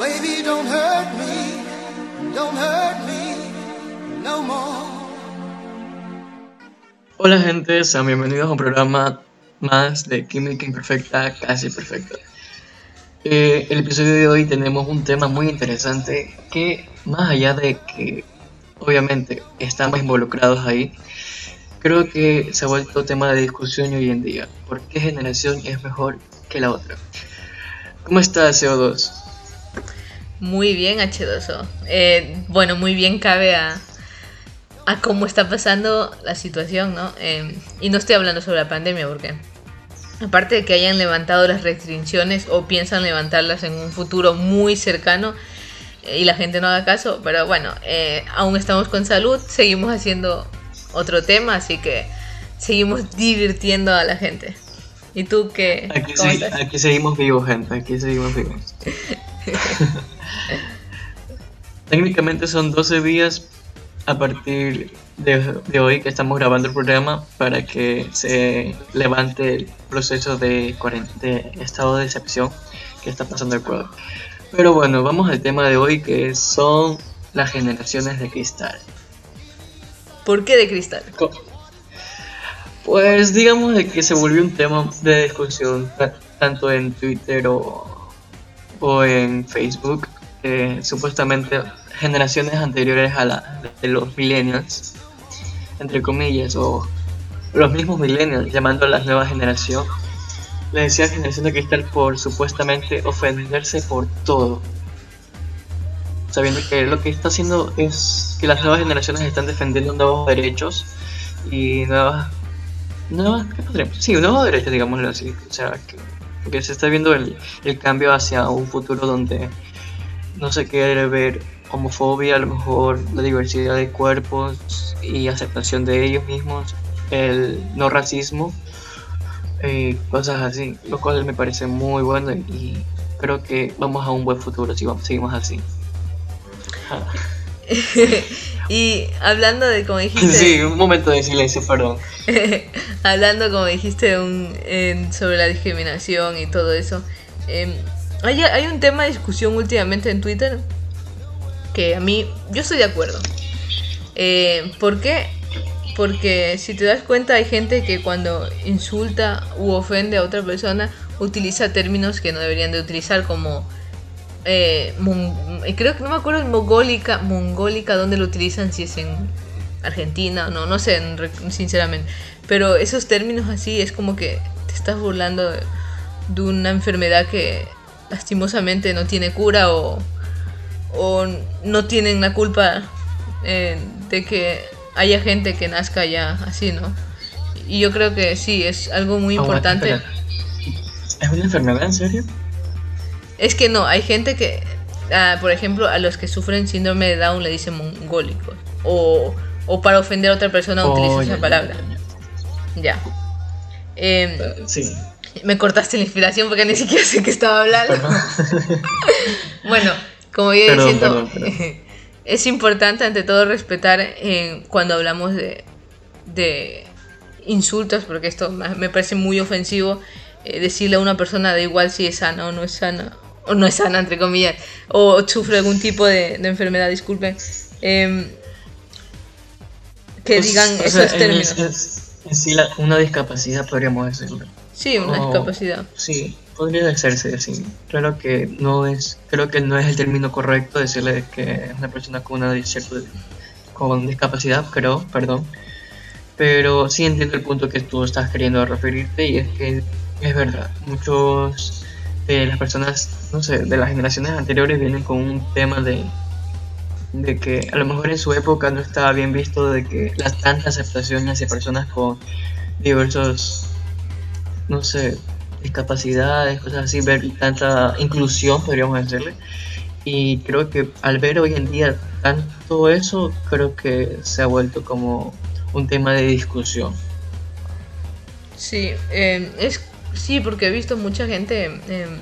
Baby, don't hurt me no more. Hola gente, sean bienvenidos a un programa más de Química Imperfecta, Casi Perfecta. El episodio de hoy tenemos un tema muy interesante que, más allá de que obviamente estamos involucrados ahí, creo que se ha vuelto tema de discusión hoy en día. ¿Por qué generación es mejor que la otra? ¿Cómo estás, CO2? Muy bien, H2O. Bueno, muy bien cabe a cómo está pasando la situación, ¿no? Y no estoy hablando sobre la pandemia, porque aparte de que hayan levantado las restricciones o piensan levantarlas en un futuro muy cercano y la gente no haga caso, pero bueno, aún estamos con salud, seguimos haciendo otro tema, así que seguimos divirtiendo a la gente. ¿Y tú qué? ¿Cómo estás? Aquí seguimos vivos, gente, aquí seguimos vivos. Técnicamente son 12 días a partir de hoy que estamos grabando el programa para que se levante el proceso de estado de excepción que está pasando el Ecuador. Pero bueno, vamos al tema de hoy, que son las generaciones de cristal. ¿Por qué de cristal? Pues digamos de que se volvió un tema de discusión tanto en Twitter o en Facebook. Supuestamente generaciones anteriores a la de los millennials, entre comillas, o los mismos millennials, llamando a la nueva generación, le decían generación de cristal por supuestamente ofenderse por todo, sabiendo que lo que está haciendo es que las nuevas generaciones están defendiendo nuevos derechos y ¿qué podríamos? Sí, nuevos derechos, digámoslo así. O sea, que se está viendo el cambio hacia un futuro donde no se quiere ver homofobia, a lo mejor la diversidad de cuerpos y aceptación de ellos mismos, el no racismo, cosas así, lo cual me parece muy bueno y creo que vamos a un buen futuro si seguimos así. Y hablando de, como dijiste... Sí, un momento de silencio, perdón. Hablando, como dijiste, sobre la discriminación y todo eso, hay un tema de discusión últimamente en Twitter que a mí, yo estoy de acuerdo. ¿Por qué? Porque si te das cuenta, hay gente que cuando insulta u ofende a otra persona utiliza términos que no deberían de utilizar, como creo que no me acuerdo en mongólica dónde lo utilizan, si es en Argentina o no sé, sinceramente, pero esos términos así es como que te estás burlando de una enfermedad que lastimosamente no tiene cura o no tienen la culpa de que haya gente que nazca ya así, ¿no? Y yo creo que sí, es algo muy importante. ¿Es una enfermedad, en serio? Es que no, hay gente que, por ejemplo, a los que sufren síndrome de Down le dicen mongólicos. O para ofender a otra persona utiliza esa palabra. Ya. Sí. Me cortaste la inspiración porque ni siquiera sé qué estaba hablando. Bueno, como iba diciendo, es importante ante todo respetar cuando hablamos de insultos, porque esto me parece muy ofensivo, decirle a una persona, da igual si es sana o no es sana, entre comillas, o sufre algún tipo de enfermedad, disculpen, que digan esos términos. En sí, una discapacidad, podríamos decirlo. Sí, una discapacidad. Sí, podría decirse así. Creo que no es el término correcto decirle que es una persona con discapacidad, perdón. Pero sí entiendo el punto que tú estás queriendo referirte, y es que es verdad, muchos de las personas, no sé, de las generaciones anteriores vienen con un tema de que a lo mejor en su época no estaba bien visto de que la tanta aceptación hacia personas con diversos, no sé, discapacidades, cosas así, ver tanta inclusión, podríamos decirle. Y creo que al ver hoy en día tanto eso, creo que se ha vuelto como un tema de discusión. Sí, sí, porque he visto mucha gente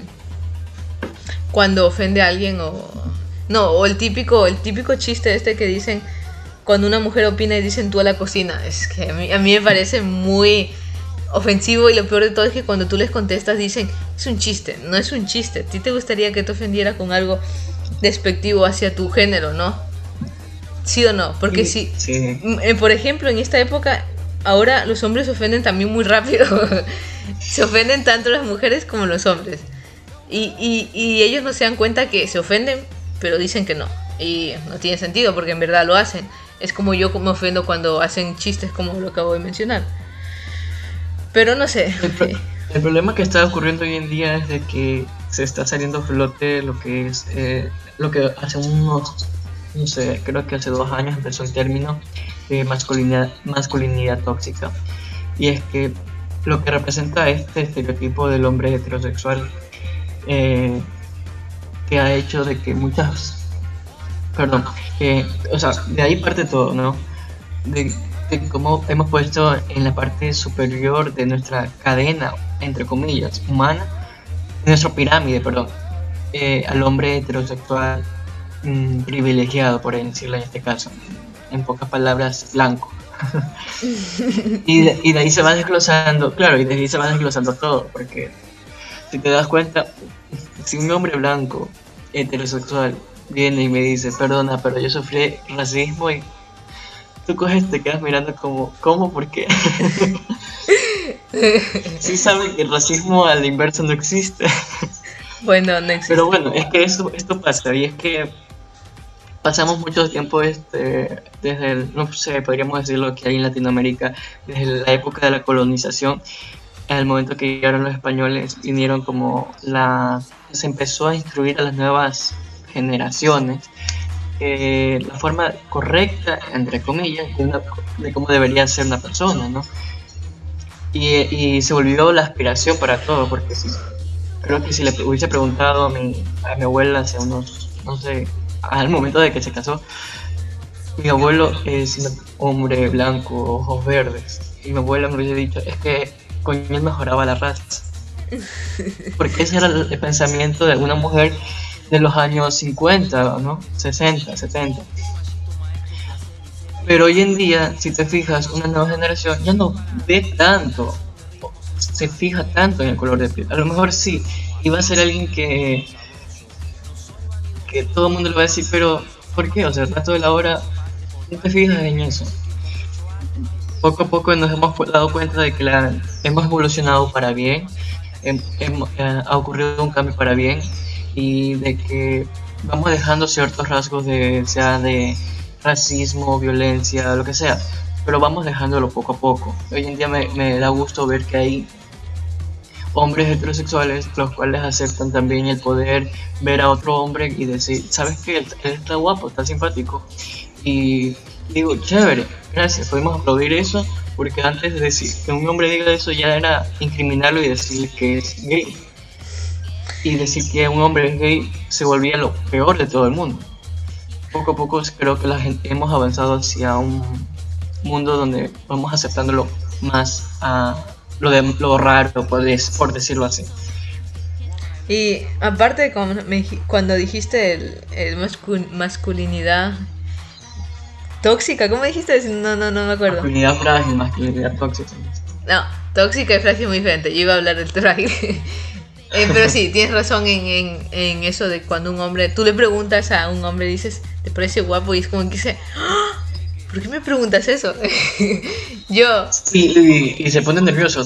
cuando ofende a alguien o el típico chiste este que dicen cuando una mujer opina y dicen tú a la cocina. Es que a mí me parece muy ofensivo, y lo peor de todo es que cuando tú les contestas dicen, es un chiste. No es un chiste. ¿A ti te gustaría que te ofendiera con algo despectivo hacia tu género, no? ¿Sí o no? Porque Sí, si, sí. por ejemplo, en esta época, ahora los hombres se ofenden también muy rápido. Se ofenden tanto las mujeres como los hombres. Y ellos no se dan cuenta que se ofenden, pero dicen que no. Y no tiene sentido porque en verdad lo hacen. Es como yo me ofendo cuando hacen chistes como lo acabo de mencionar. Pero no sé. El, pro- el problema que está ocurriendo hoy en día es de que se está saliendo a flote lo que es lo que hace unos, no sé, creo que hace 2 años empezó el término de masculinidad tóxica. Y es que lo que representa este estereotipo del hombre heterosexual, eh, que ha hecho de que perdón, o sea, de ahí parte todo, ¿no? De, de cómo hemos puesto en la parte superior de nuestra cadena, entre comillas, humana, nuestra pirámide, perdón, al hombre heterosexual, privilegiado, por decirlo en este caso, en pocas palabras, blanco. Y de ahí se va desglosando, claro, y de ahí se va desglosando todo, porque si te das cuenta, si un hombre blanco, heterosexual, viene y me dice, perdona, pero yo sufrí racismo, y tú coges, te quedas mirando como, ¿cómo? ¿Por qué? Sí saben que el racismo a la inversa no existe. Bueno, no Pero existe. bueno, es que esto pasa, y es que pasamos mucho tiempo desde no sé, podríamos decirlo que hay en Latinoamérica, desde la época de la colonización, al momento que llegaron los españoles, vinieron como se empezó a instruir a las nuevas generaciones la forma correcta, entre comillas, de cómo debería ser una persona, ¿no? Y se volvió la aspiración para todo, porque sí, creo que si le hubiese preguntado a mi abuela hace unos, no sé, al momento de que se casó, mi abuelo es un hombre blanco, ojos verdes, y mi abuela me hubiese dicho, es que con él mejoraba la raza, porque ese era el pensamiento de una mujer de los años 50, ¿no? 60, 70. Pero hoy en día, si te fijas, una nueva generación ya no ve tanto, se fija tanto en el color de piel. A lo mejor sí, y va a ser alguien que todo el mundo le va a decir, pero ¿por qué? O sea, el resto de la hora no te fijas en eso. Poco a poco nos hemos dado cuenta de que hemos evolucionado para bien, ha ocurrido un cambio para bien, y de que vamos dejando ciertos rasgos sea de racismo, violencia, lo que sea, pero vamos dejándolo poco a poco. Hoy en día me da gusto ver que hay hombres heterosexuales los cuales aceptan también el poder ver a otro hombre y decir, ¿sabes qué? Él está guapo, está simpático. Y digo, chévere, gracias, podemos aplaudir eso, porque antes de decir que un hombre diga eso ya era incriminarlo y decir que es gay. Y decir que un hombre es gay se volvía lo peor de todo el mundo. Poco a poco creo que la gente hemos avanzado hacia un mundo donde vamos aceptándolo más a lo raro, por decirlo así. Y aparte, cuando dijiste masculinidad tóxica, ¿cómo dijiste? No me acuerdo. Masculinidad frágil, masculinidad tóxica. No, tóxica y frágil es muy diferente. Yo iba a hablar del frágil. Pero sí, tienes razón en eso de cuando un hombre, tú le preguntas a un hombre, dices, ¿te parece guapo? Y es como que dice, ¡ah! ¿Por qué me preguntas eso? Yo, Y se pone nervioso,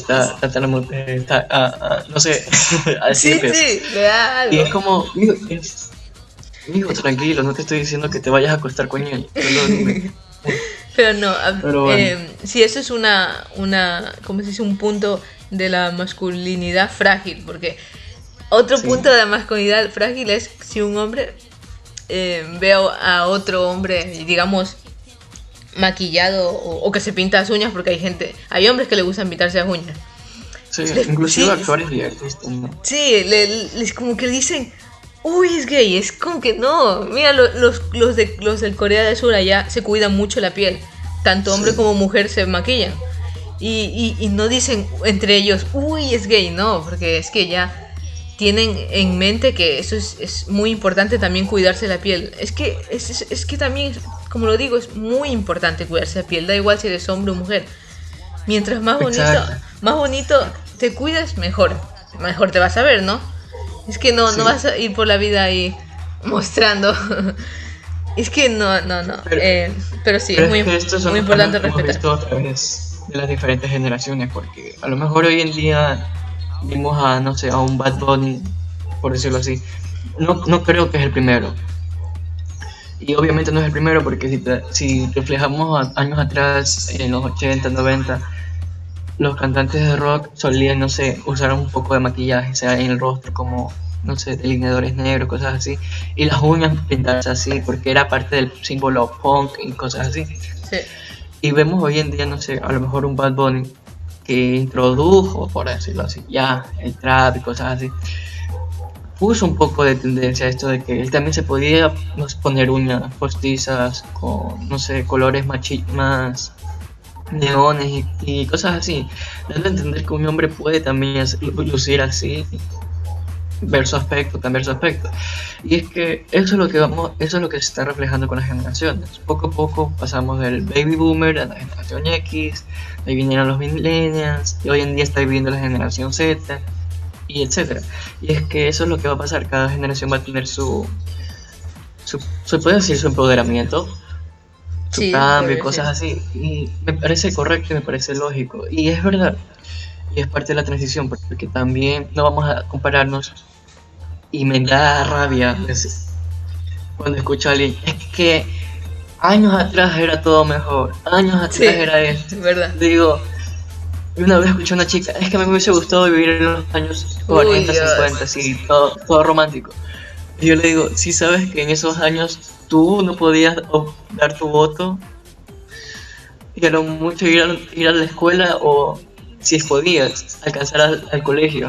no sé, así sí, empieza. sí, le da Y algo. es como, amigo, tranquilo, no te estoy diciendo que te vayas a acostar con él, solo dime. Pero no, Pero bueno, sí, eso es ¿cómo se dice? Un punto de la masculinidad frágil, porque otro sí, punto de la masculinidad frágil es si un hombre ve a otro hombre, digamos, maquillado o que se pinta las uñas, porque hay hombres que le gustan pintarse las uñas. sí, Sí, inclusive actores y artistas, ¿no? sí, les como que le dicen, uy, es gay, es como que no. Mira, los del Corea del Sur allá se cuidan mucho la piel. Tanto hombre Sí. como mujer se maquillan. Y no dicen entre ellos, uy, es gay, no, porque es que ya tienen en mente que eso es muy importante también cuidarse la piel. Es que también, como lo digo, es muy importante cuidarse la piel, da igual si eres hombre o mujer. Mientras Exacto. más bonito te cuidas, mejor. Mejor te vas a ver, ¿no? Es que no, no Sí. vas a ir por la vida ahí mostrando. Es que no, no, no. Pero, Pero sí, es pero es muy, que estos son muy los cambios importante que hemos respetar. visto a través de las diferentes generaciones, porque a lo mejor hoy en día vimos a, no sé, a un Bad Bunny, por decirlo así. No creo que es el primero. Y obviamente no es el primero porque si reflejamos años atrás, en los 80 90 los cantantes de rock solían, no sé, usar un poco de maquillaje, sea en el rostro como, no sé, delineadores negros, cosas así, y las uñas pintarse así, porque era parte del símbolo punk y cosas así. Sí, Y vemos hoy en día, no sé, a lo mejor un Bad Bunny que introdujo, por decirlo así, ya el trap y cosas así, puso un poco de tendencia a esto de que él también se podía, no sé, poner uñas postizas con, no sé, colores más neones y cosas así, dando a entender que un hombre puede también lucir así, ver su aspecto, cambiar su aspecto. Y es que eso es lo que se está reflejando con las generaciones. Poco a poco pasamos del baby boomer a la generación X, ahí vinieron los millennials, y hoy en día está viviendo la generación Z, y etcétera. Y es que eso es lo que va a pasar, cada generación va a tener se puede decir su empoderamiento, su sí, se cambio y podría cosas decir. así. Y me parece correcto y me parece lógico. Y es verdad. Y es parte de la transición, porque también no vamos a compararnos. Y me da rabia cuando escucho a alguien, es que años atrás era todo mejor, años atrás Sí, era esto. verdad. Digo, una vez escuché a una chica, es que a mí me hubiese gustado vivir en los años Uy, 40 Dios. 50 así, todo romántico. Y yo le digo, si sabes que en esos años tú no podías dar tu voto y a lo mucho ir a la escuela o si podías alcanzar al colegio.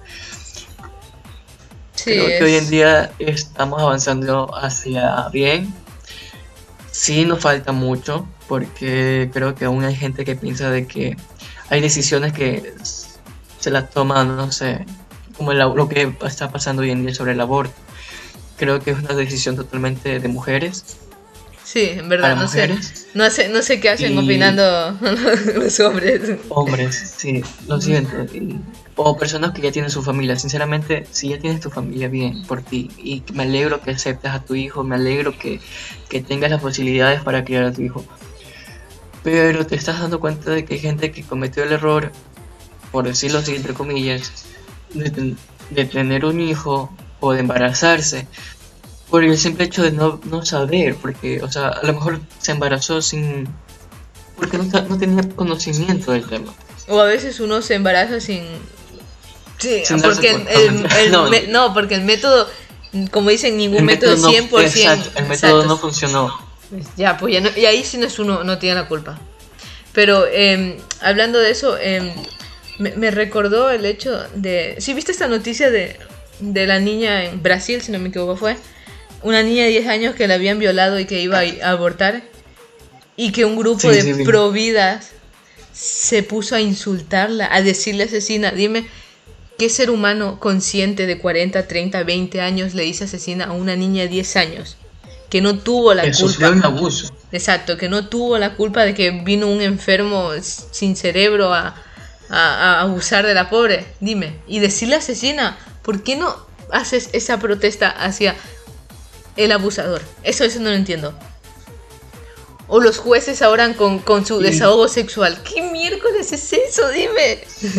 Sí, Creo que hoy en es. día estamos avanzando hacia bien. Sí nos falta mucho porque creo que aún hay gente que piensa de que hay decisiones que se las toman, no sé, como lo que está pasando hoy en día sobre el aborto. Creo que es una decisión totalmente de mujeres, Sí, en verdad, para no sé. mujeres. No sé qué hacen opinando Y los hombres. hombres, sí, lo siento. O personas que ya tienen su familia. Sinceramente, si ya tienes tu familia, bien por ti. Y me alegro que aceptes a tu hijo, me alegro que tengas las posibilidades para criar a tu hijo. Pero te estás dando cuenta de que hay gente que cometió el error, por decirlo así, entre comillas, de, de tener un hijo o de embarazarse por el simple hecho de no saber, porque, o sea, a lo mejor se embarazó porque no tenía conocimiento del tema. O a veces uno se embaraza sin. Sí, Sin darse porque cuenta. No, mentira. No, no, porque el método, como dicen, ningún el método método es no, 100% exacto, el método exacto. no funcionó. Pues ya, pues ya no, y ahí sí no es uno, no tiene la culpa. Pero hablando de eso, me recordó el hecho de. ¿Sí viste esta noticia de la niña en Brasil, si no me equivoco fue? Una niña de 10 años que la habían violado y que iba a abortar. Y que un grupo Sí, de sí, vi. providas se puso a insultarla, a decirle asesina. Dime, ¿qué ser humano consciente de 40 30 20 años le dice asesina a una niña de 10 años? Que no tuvo la Que sufrió culpa. un abuso. Exacto, que no tuvo la culpa de que vino un enfermo sin cerebro a abusar de la pobre. Dime, y decirle asesina, ¿por qué no haces esa protesta hacia el abusador? Eso no lo entiendo. O los jueces ahora con su Y desahogo sexual. ¿Qué miércoles es eso? Dime.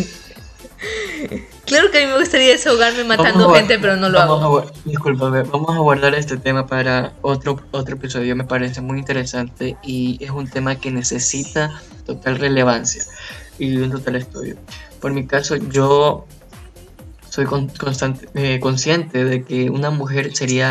Claro que a mí me gustaría desahogarme matando gente, pero no lo hago. discúlpame, vamos a guardar este tema para otro episodio. Me parece muy interesante y es un tema que necesita total relevancia y un total estudio. Por mi caso, yo soy consciente de que una mujer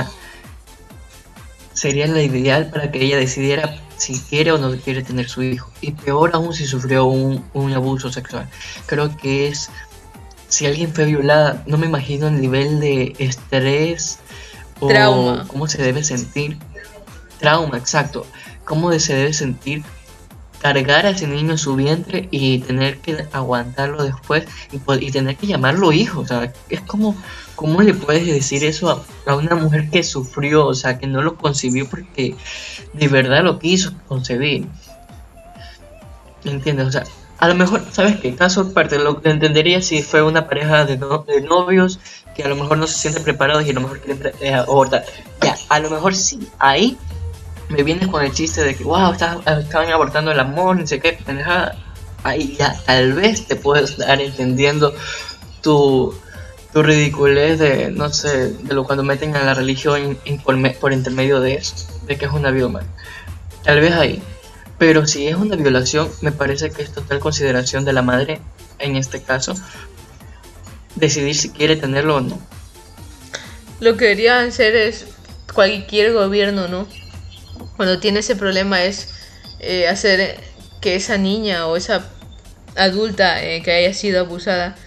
sería la ideal para que ella decidiera si quiere o no quiere tener su hijo. Y peor aún si sufrió un abuso sexual. Creo que si alguien fue violada, no me imagino el nivel de estrés o Trauma. cómo se debe sentir. Trauma, exacto. Cómo se debe sentir cargar a ese niño en su vientre y tener que aguantarlo después y tener que llamarlo hijo. O sea, es como, ¿cómo le puedes decir eso a una mujer que sufrió? O sea, que no lo concibió porque de verdad lo quiso concebir. ¿Me entiendes? O sea, A lo mejor, ¿sabes qué? Caso aparte, lo entendería si fue una pareja de novios que a lo mejor no se sienten preparados y a lo mejor quieren abortar. Ya, a lo mejor sí. Ahí me vienes con el chiste de que, wow, estaban abortando el amor, ni sé qué, pendejada. Ahí ya, tal vez te puedo estar entendiendo tu, tu ridiculez de, no sé, de lo cuando meten a la religión por intermedio de eso, de que es una vida humana. Tal vez ahí. Pero si es una violación, me parece que es total consideración de la madre, en este caso, decidir si quiere tenerlo o no. Lo que debería hacer es cualquier gobierno, ¿no? Cuando tiene ese problema es hacer que esa niña o esa adulta que haya sido abusada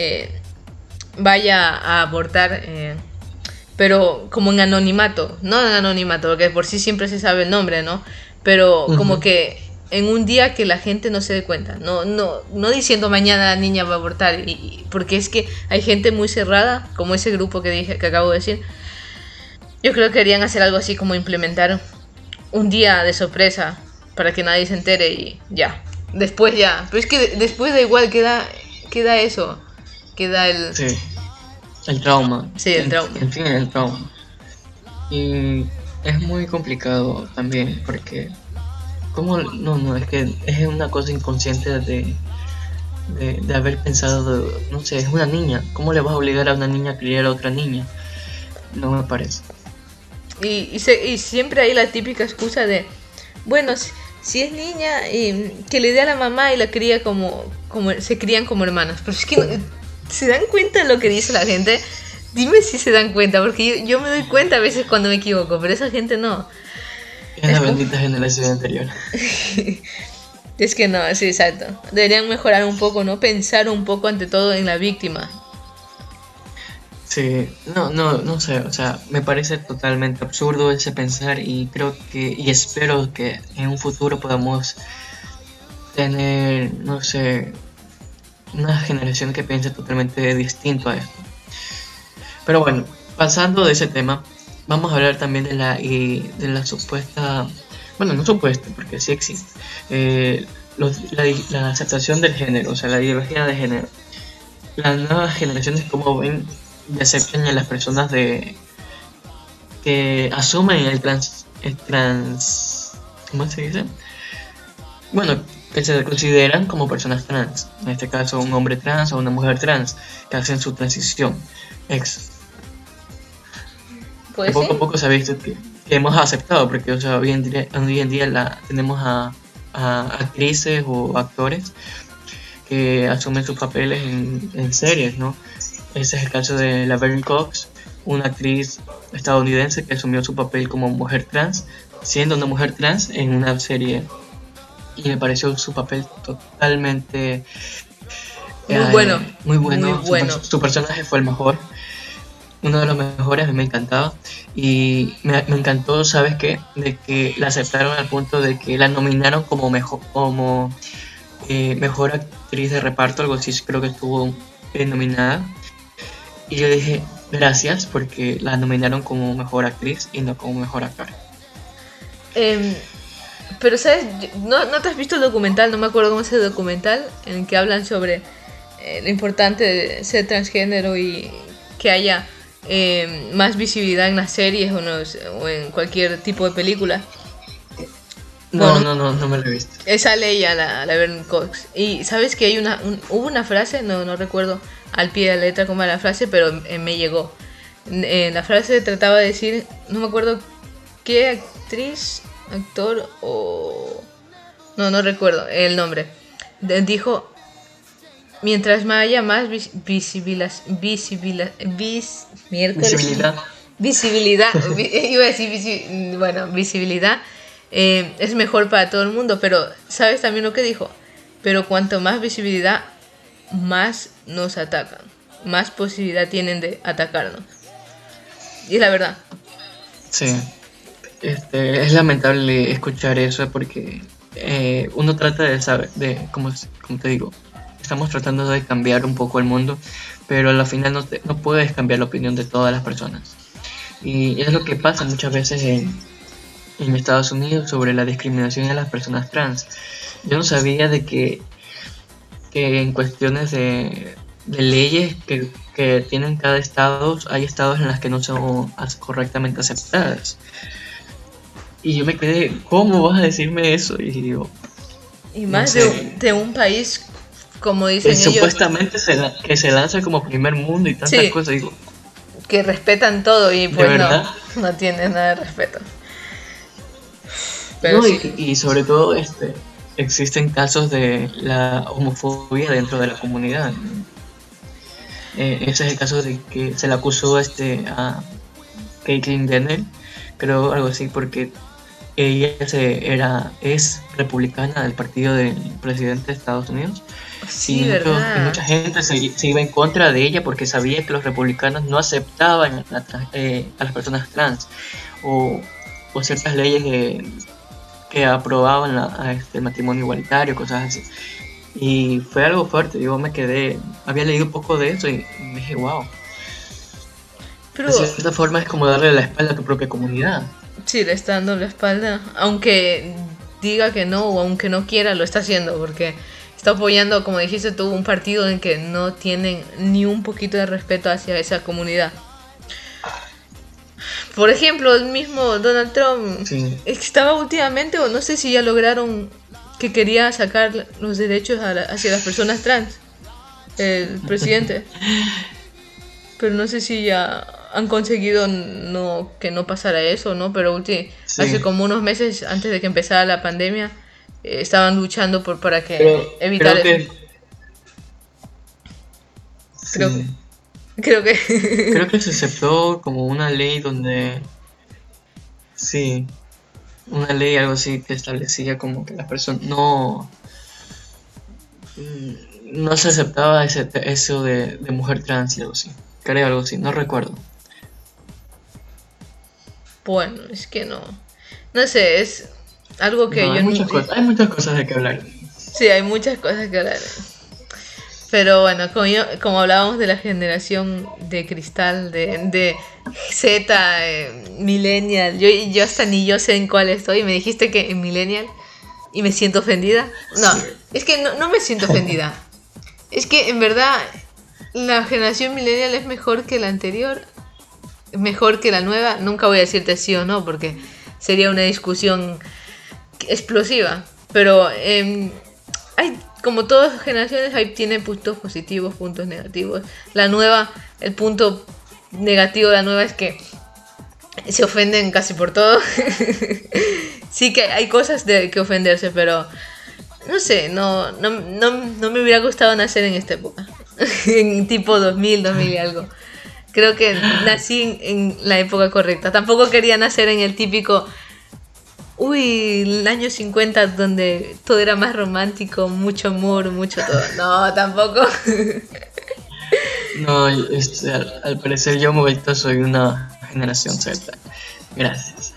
vaya a abortar, pero como en anonimato, no en anonimato, porque por sí siempre se sabe el nombre, ¿no? Pero como Ujú. que en un día que la gente no se dé cuenta, no diciendo mañana la niña va a abortar, porque es que hay gente muy cerrada, como ese grupo que acabo de decir. Yo creo que querían hacer algo así como implementar un día de sorpresa para que nadie se entere y ya. Después ya. Pero es que después da igual, queda eso. Queda el... Sí, el trauma, Sí, el trauma. en fin, el trauma. Y es muy complicado también porque, ¿cómo? No, es que es una cosa inconsciente de haber pensado, no sé, es una niña, ¿cómo le vas a obligar a una niña a criar a otra niña? No me parece. Y siempre hay la típica excusa de, bueno, si es niña, que le dé a la mamá y la cría como se crían como hermanos. Pero es que ¿se dan cuenta de lo que dice la gente? Dime si se dan cuenta, porque yo me doy cuenta a veces cuando me equivoco, pero esa gente no. Es Es la como... bendita generación anterior. Es que no, sí, exacto. Deberían mejorar un poco, ¿no? Pensar un poco ante todo en la víctima. Sí, no sé, o sea, me parece totalmente absurdo ese pensar y creo que, y espero que en un futuro podamos tener, no sé, una generación que piense totalmente distinto a esto. Pero bueno, pasando de ese tema, vamos a hablar también de la supuesta, bueno, no supuesta, porque sí existe, la aceptación del género, o sea, la ideología de género. Las nuevas generaciones, como ven y aceptan a las personas que asumen ¿cómo se dice? Bueno, que se consideran como personas trans, en este caso un hombre trans o una mujer trans, que hacen su transición. Ex, que Pues sí. poco a poco se ha visto que hemos aceptado, porque o sea, hoy en día tenemos a actrices o actores que asumen sus papeles en series, ¿no? Ese es el caso de Laverne Cox, una actriz estadounidense que asumió su papel como mujer trans, siendo una mujer trans en una serie, y me pareció su papel totalmente Muy bueno. muy Muy bueno. bueno. Su personaje fue el mejor, uno de los mejores, a mí me encantaba. Y me encantó, ¿sabes qué? De que la aceptaron al punto de que la nominaron como mejor actriz de reparto, algo así creo que estuvo nominada. Y yo dije, gracias, porque la nominaron como mejor actriz y no como mejor actor. Em, pero, ¿sabes? ¿No te has visto el documental? No me acuerdo cómo es el documental en el que hablan sobre lo importante de ser transgénero y que haya más visibilidad en las series o en cualquier tipo de película. Bueno, No me lo he visto. esa Leia, la Verne Cox. Y sabes que hay hubo una frase, no recuerdo al pie de la letra cómo era la frase, pero me llegó. La frase trataba de decir, no me acuerdo qué actriz, actor o... No recuerdo el nombre. Dijo, mientras haya más miércoles, Visibilidad. visibilidad, iba a decir bueno, visibilidad, es mejor para todo el mundo, pero ¿sabes también lo que dijo? Pero cuanto más visibilidad, más nos atacan, más posibilidad tienen de atacarnos. Y es la verdad. Sí. Es lamentable escuchar eso porque uno trata de saber, como te digo, estamos tratando de cambiar un poco el mundo, pero al final no puedes cambiar la opinión de todas las personas. Y es lo que pasa muchas veces en Estados Unidos sobre la discriminación de las personas trans. Yo no sabía de que que en cuestiones de leyes que tienen cada estado, hay estados en las que no son correctamente aceptadas. Y yo me quedé, ¿cómo vas a decirme eso? Y digo, Y no más sé, de un país, como que dicen ellos, supuestamente que se lanza como primer mundo y tantas sí, cosas. Digo, que respetan todo y ¿de pues verdad? no tienen nada de respeto. Pero No, sí, y sobre todo existen casos de la homofobia dentro de la comunidad. Ese es el caso de que se le acusó a Caitlyn Jenner, creo algo así, porque ella es republicana del partido del presidente de Estados Unidos sí, y verdad. mucha gente se iba en contra de ella porque sabía que los republicanos no aceptaban a las personas trans o, o ciertas leyes que aprobaban el matrimonio igualitario, cosas así. Y fue algo fuerte, yo me quedé, había leído un poco de eso y me dije, wow, de Pero cierta forma es como darle la espalda a tu propia comunidad. sí, le está dando la espalda, aunque diga que no o aunque no quiera, lo está haciendo porque está apoyando, como dijiste tú, un partido en que no tienen ni un poquito de respeto hacia esa comunidad. Por ejemplo, el mismo Donald Trump Sí. estaba últimamente, o no sé si ya lograron, que quería sacar los derechos hacia las personas trans, el presidente. Pero no sé si ya han conseguido que no pasara eso, ¿no? Pero hace Sí, como unos meses antes de que empezara la pandemia, estaban luchando para pero que evitar creo eso. que Creo, sí, creo creo que que se aceptó como una ley donde sí, una ley algo así que establecía como que la persona no se aceptaba eso de mujer trans y algo así, creo algo así, no recuerdo. bueno, es que no sé, es algo que No, yo hay muchas cosas de que hablar. sí, hay muchas cosas que hablar. Pero bueno, como hablábamos de la generación de cristal, de Z, millennial, yo hasta ni yo sé en cuál estoy. Me dijiste que en millennial y me siento ofendida. No, Sí, es que no me siento ofendida. Es que en verdad la generación millennial es mejor que la anterior, mejor que la nueva. Nunca voy a decirte sí o no porque sería una discusión explosiva. Pero hay, como todas las generaciones, tiene puntos positivos, puntos negativos. La nueva, el punto negativo de la nueva es que se ofenden casi por todo. Sí que hay cosas de que ofenderse, pero no sé, no me hubiera gustado nacer en esta época. En tipo 2000 y algo. Creo que nací en la época correcta. Tampoco quería nacer en el típico el año 50 donde todo era más romántico, mucho amor, mucho todo. No, tampoco. no, al parecer yo momento soy una generación Z. Gracias.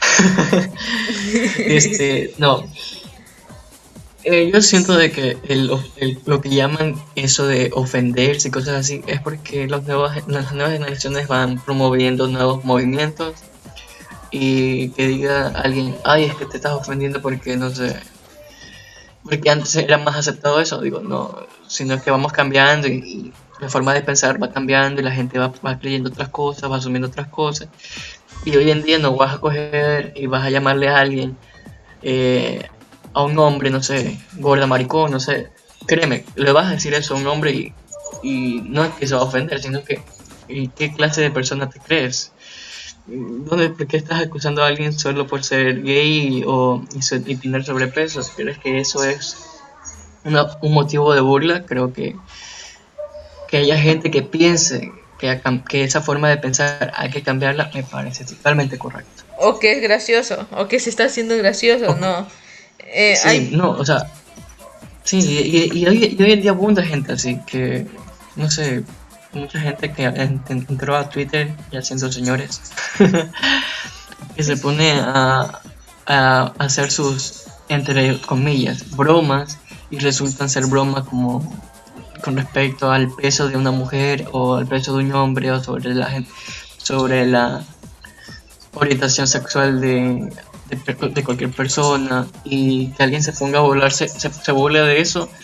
No, yo siento de que lo que llaman eso de ofenderse y cosas así es porque las nuevas generaciones van promoviendo nuevos movimientos y que diga alguien, ay, es que te estás ofendiendo porque no sé, porque antes era más aceptado eso, digo, no, sino que vamos cambiando y la forma de pensar va cambiando y la gente va creyendo otras cosas, va asumiendo otras cosas y hoy en día no vas a coger y vas a llamarle a alguien eh, a un hombre, no sé, gorda, maricón, no sé, créeme, le vas a decir eso a un hombre y no es que se va a ofender, sino que ¿y qué clase de persona te crees? ¿Por qué estás acusando a alguien solo por ser gay y tener sobrepeso? Si crees que eso es un motivo de burla, creo que haya gente que piense que esa forma de pensar hay que cambiarla, me parece totalmente correcto. O que es gracioso, o que se está haciendo gracioso, O- no. sí, no, o sea, sí, y hoy en día abunda gente así, que, no sé, mucha gente que entró a Twitter, ya siendo señores, que se pone a hacer sus, entre comillas, bromas, y resultan ser bromas como con respecto al peso de una mujer o al peso de un hombre o sobre la orientación sexual de cualquier persona y que alguien se ponga a burlarse, se burla de eso,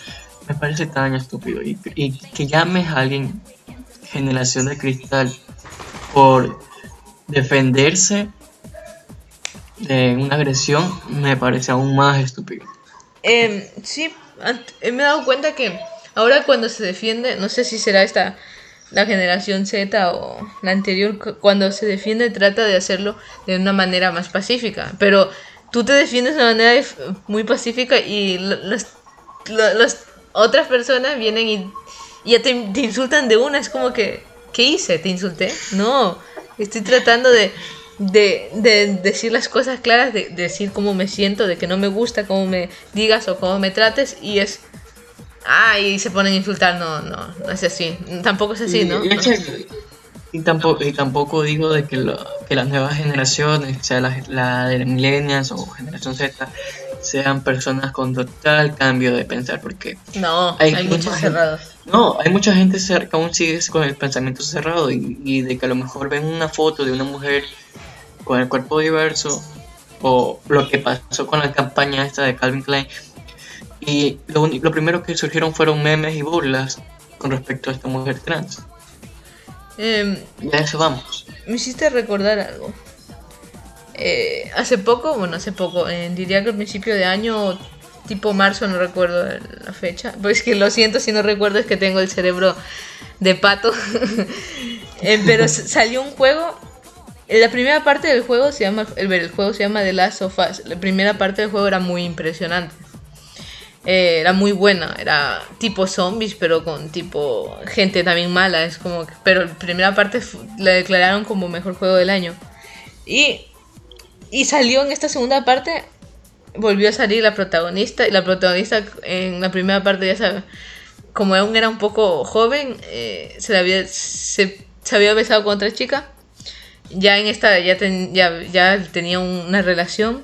me parece tan estúpido. Y que llames a alguien generación de cristal por defenderse de una agresión me parece aún más estúpido. Sí, me he dado cuenta que ahora cuando se defiende, no sé si será esta la generación Z o la anterior, cuando se defiende trata de hacerlo de una manera más pacífica, pero tú te defiendes de una manera muy pacífica y las otras personas vienen y ya te insultan de una, es como que, ¿qué hice? ¿Te insulté? No, estoy tratando de decir las cosas claras, de decir cómo me siento, de que no me gusta cómo me digas o cómo me trates y se ponen a insultar, no es así, tampoco es así, ¿no? Y tampoco digo de que las nuevas generaciones, sea la de millennials o generación Z, sean personas con total cambio de pensar, porque No, hay hay muchos mucha cerrados. hay mucha gente que aún sigue con el pensamiento cerrado y de que a lo mejor ven una foto de una mujer con el cuerpo diverso o lo que pasó con la campaña esta de Calvin Klein y lo primero que surgieron fueron memes y burlas con respecto a esta mujer trans. Ya a eso vamos. Me hiciste recordar algo. Hace poco, diría que al principio de año, tipo marzo, no recuerdo la fecha. Pues que lo siento si no recuerdo, es que tengo el cerebro de pato. Pero salió un juego. La primera parte del juego el juego se llama The Last of Us. La primera parte del juego era muy impresionante. Era muy buena, era tipo zombies, pero con tipo gente también mala. Es como pero la primera parte la declararon como mejor juego del año. Y salió en esta segunda parte, volvió a salir la protagonista. Y la protagonista en la primera parte, ya sabes, como aún era un poco joven, se había besado con otra chica. Ya en esta ya tenía una relación.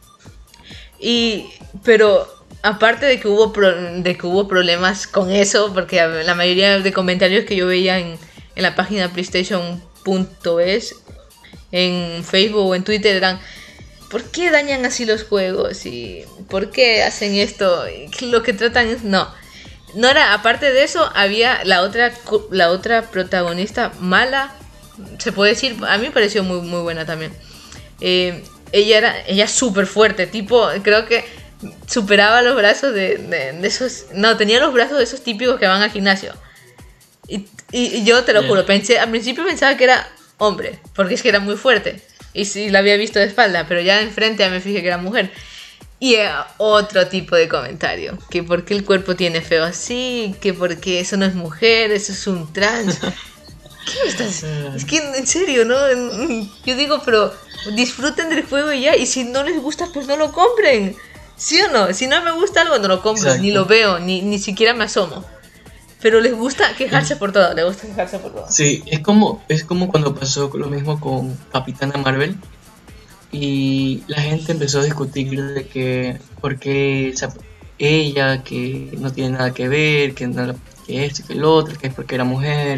Pero aparte de que hubo problemas con eso, porque la mayoría de comentarios que yo veía en la página PlayStation.es, en Facebook o en Twitter eran: ¿por qué dañan así los juegos? ¿Y por qué hacen esto? Y lo que tratan es... No era, aparte de eso, había la otra protagonista mala, se puede decir. A mí me pareció muy, muy buena también. Ella es súper fuerte, tipo, creo que superaba los brazos de esos... No, tenía los brazos de esos típicos que van al gimnasio. Y yo te lo juro, al principio pensaba que era hombre, porque es que era muy fuerte. Y sí, la había visto de espalda, pero ya de enfrente ya me fijé que era mujer. Y otro tipo de comentario, que por qué el cuerpo tiene feo así, que porque eso no es mujer, eso es un trans. ¿Qué estás? Es que en serio, ¿no? Yo digo, pero disfruten del juego y ya, y si no les gusta, pues no lo compren. ¿Sí o no? Si no me gusta algo, no lo compro. Exacto. Ni lo veo, ni siquiera me asomo. Pero les gusta quejarse por todo, Sí, es como cuando pasó lo mismo con Capitana Marvel y la gente empezó a discutir de que porque ella que no tiene nada que ver, que esto y que el otro, que es porque era mujer,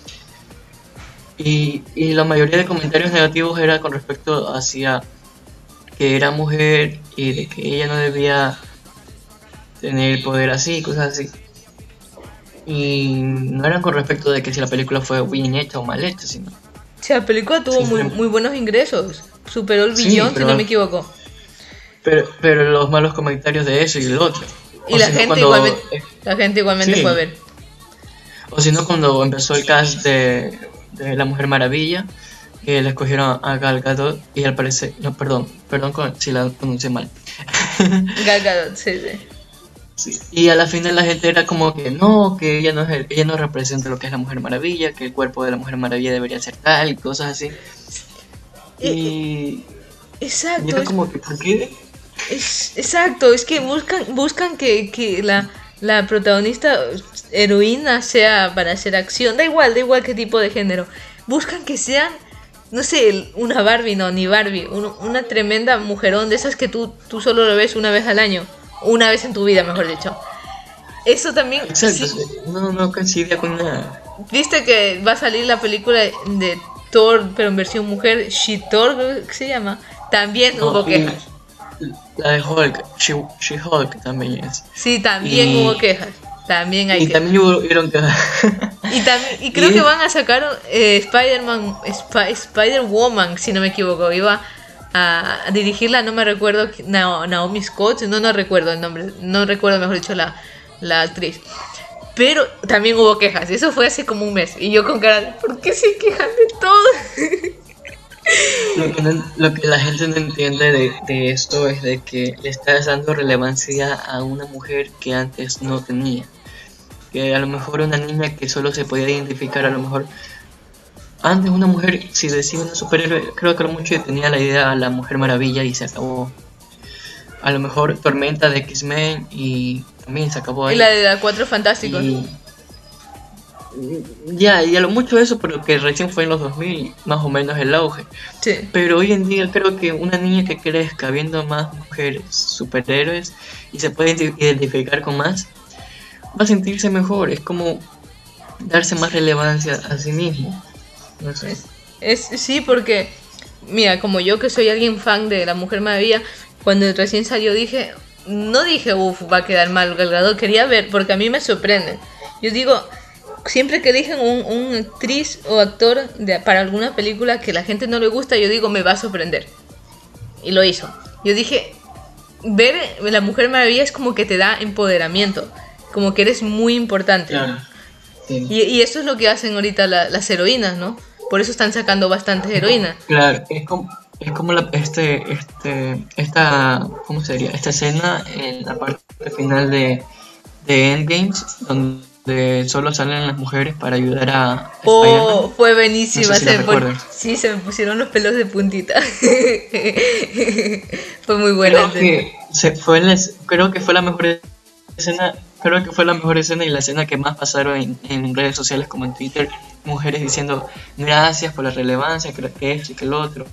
y la mayoría de comentarios negativos era con respecto hacia que era mujer y de que ella no debía tener poder así, cosas así. Y no eran con respecto de que si la película fue bien hecha o mal hecha, sino... Sí, la película tuvo muy buenos ingresos. Superó el billón, si no me equivoco. Pero los malos comentarios de eso y el otro. Y la gente igualmente fue a ver. O si no, cuando empezó el cast de La Mujer Maravilla, que le escogieron a Gal Gadot y al parecer... No, perdón si la pronuncié mal. Gal Gadot, sí. Sí. Y a la final la gente era como que no, que ella no representa lo que es la Mujer Maravilla, que el cuerpo de la Mujer Maravilla debería ser tal y cosas así. Exacto. Y era como que, ¿por qué? Exacto, es que buscan que la protagonista heroína sea para hacer acción. Da igual qué tipo de género. Buscan que sean, no sé, una Barbie, no, ni Barbie, una tremenda mujerón de esas que tú solo lo ves una vez al año. Una vez en tu vida, mejor dicho. Eso también... Exacto, sí. No coincide con nada. Viste que va a salir la película de Thor, pero en versión mujer, She-Thor, ¿qué se llama? También hubo quejas. La de Hulk, She-Hulk también es. Sí, también hubo quejas. También hay Y que... también hubieron que... Y creo Y- que van a sacar Spider-Man, Spider-Woman, si no me equivoco. Iba a dirigirla, no me recuerdo, Naomi Scott, no recuerdo el nombre, no recuerdo, mejor dicho, la actriz. Pero también hubo quejas, eso fue hace como un mes. Y yo con cara de, ¿por qué se quejan de todo? Lo que la gente no entiende de esto es de que le estás dando relevancia a una mujer que antes no tenía. Que a lo mejor una niña que solo se podía identificar, a lo mejor antes una mujer, si decía una superhéroe, creo que a lo mucho tenía la idea a la Mujer Maravilla y se acabó. A lo mejor Tormenta de X-Men y también se acabó Y ahí. la de los Cuatro Fantásticos. Y ya, y a lo mucho eso, pero que recién fue en los 2000, más o menos el auge. Sí. Pero hoy en día creo que una niña que crezca viendo más mujeres superhéroes y se puede identificar con más, va a sentirse mejor. Es como darse más relevancia a sí mismo. No sé. Sí, porque, mira, como yo que soy alguien fan de la Mujer Maravilla, cuando recién salió no dije, uff, va a quedar mal Gal Gadot, quería ver, porque a mí me sorprende. Yo digo, siempre que eligen un actriz o actor para alguna película que la gente no le gusta, yo digo, me va a sorprender. Y lo hizo. Yo dije, ver la Mujer Maravilla es como que te da empoderamiento, como que eres muy importante. Claro. Sí. Y eso es lo que hacen ahorita las heroínas, ¿no? Por eso están sacando bastantes heroínas. Claro, es como esta, ¿cómo sería? Esta escena en la parte final de Endgames, donde solo salen las mujeres para ayudar a Oh, Spider-Man. fue buenísima. No sé si la recuerdan. Sí, se me pusieron los pelos de puntita. Fue muy buena. Creo que fue la mejor escena. Creo que fue la mejor escena y la escena que más pasaron en redes sociales como en Twitter. Mujeres diciendo gracias por la relevancia, que esto y que lo otro.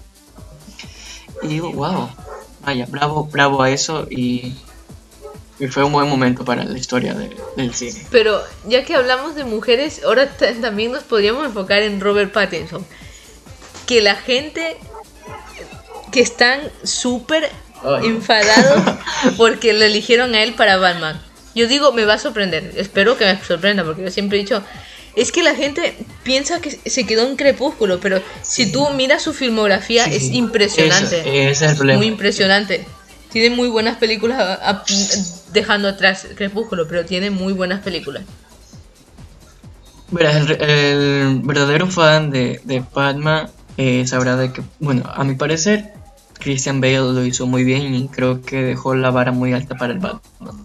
Y digo, wow, vaya, bravo a eso y fue un buen momento para la historia del cine. Pero ya que hablamos de mujeres, ahora también nos podríamos enfocar en Robert Pattinson. Que la gente que están súper enfadados porque lo eligieron a él para Batman. Yo digo, me va a sorprender. Espero que me sorprenda, porque yo siempre he dicho, es que la gente piensa que se quedó en Crepúsculo, pero si tú miras su filmografía, Sí, es impresionante. ese es el problema. Muy impresionante. Tiene muy buenas películas, dejando atrás Crepúsculo, pero tiene muy buenas películas. Verás, el verdadero fan de Batman sabrá de que, bueno, a mi parecer, Christian Bale lo hizo muy bien y creo que dejó la vara muy alta para el Batman.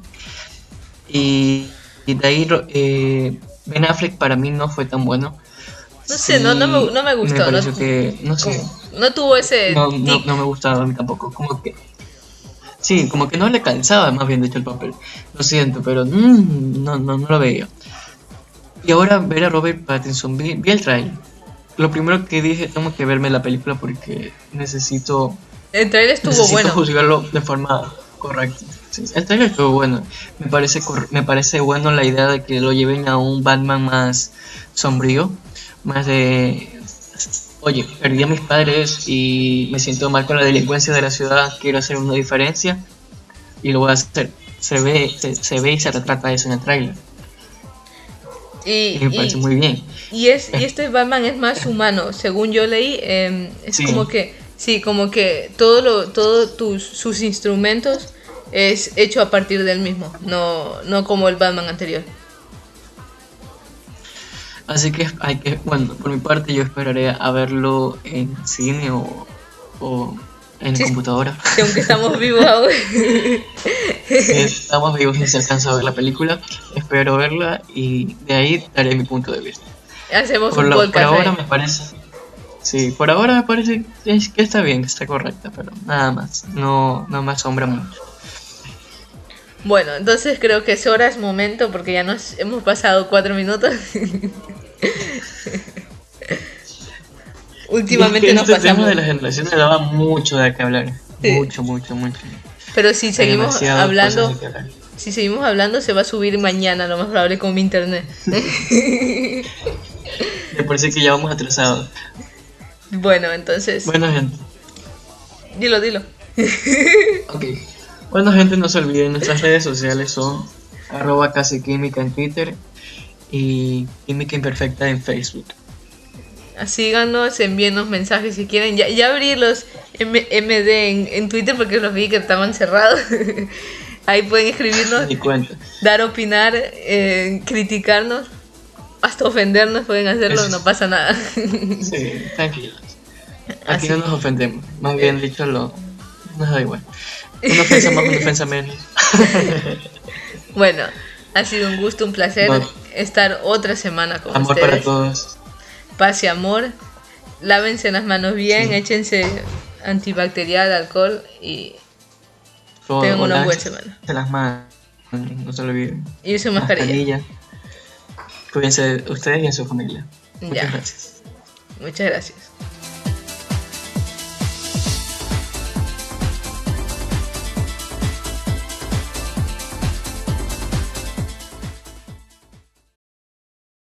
Y de ahí Ben Affleck para mí no fue tan bueno. No sé, no me gustó. Me pareció que, no sé, No tuvo ese no tic. me gustaba a mí tampoco. Como que, sí, como que no le cansaba, más bien dicho, el papel. Lo siento, pero no lo veía. Y ahora ver a Robert Pattinson, vi el trailer. Lo primero que dije, tengo que verme la película porque necesito El trailer estuvo bueno. juzgarlo de forma correcta. Sí, el trailer estuvo bueno. Me parece bueno la idea de que lo lleven a un Batman más sombrío, más de, oye, perdí a mis padres y me siento mal con la delincuencia de la ciudad, quiero hacer una diferencia y lo voy a hacer. Se ve y se retrata eso en el trailer. Y me parece muy bien. Y este Batman es más humano, según yo leí, es Sí. como que, sí, como que sus instrumentos es hecho a partir del mismo, no como el Batman anterior. Así que bueno, por mi parte yo esperaré a verlo en cine o en Sí. computadora. Que aunque estamos vivos aún. Estamos vivos y se alcanza a ver la película. Espero verla y de ahí daré mi punto de vista. Hacemos un Por podcast. ahora ahí. me parece. Sí, por ahora me parece que está bien, que está correcta, pero nada más. No me asombra mucho. Bueno, entonces creo que es hora, es momento, porque ya nos hemos pasado 4 minutos. Últimamente nos este tema pasamos. de la generación le daba mucho de qué hablar. Sí. Mucho. Pero si seguimos demasiadas hablando, cosas de qué hablar. si seguimos hablando, se va a subir mañana, lo más probable, con mi internet. Me parece que ya vamos atrasados. Bueno, entonces, Bueno, gente. dilo. Ok. Bueno, gente, no se olviden, nuestras redes sociales son Casi Química en Twitter y Química Imperfecta en Facebook. Síganos, envíenos mensajes si quieren. Ya abrí los MD en Twitter porque los vi que estaban cerrados. Ahí pueden escribirnos, Ni cuenta. dar opinar, criticarnos, hasta ofendernos pueden hacerlo, no pasa nada. Sí, tranquilos. Aquí Así. no nos ofendemos. Más bien dicho, nos da igual. Una ofensa más, una ofensa menos. Bueno, ha sido un gusto, un placer No. estar otra semana con Amor ustedes. para todos. Paz y amor. Lávense las manos bien, Sí. échense antibacterial, alcohol y Todo, tengan una buena lávense semana. las manos. No se olviden. Y usen mascarilla. Cuídense ustedes y en su familia. Ya. Muchas gracias. Muchas gracias.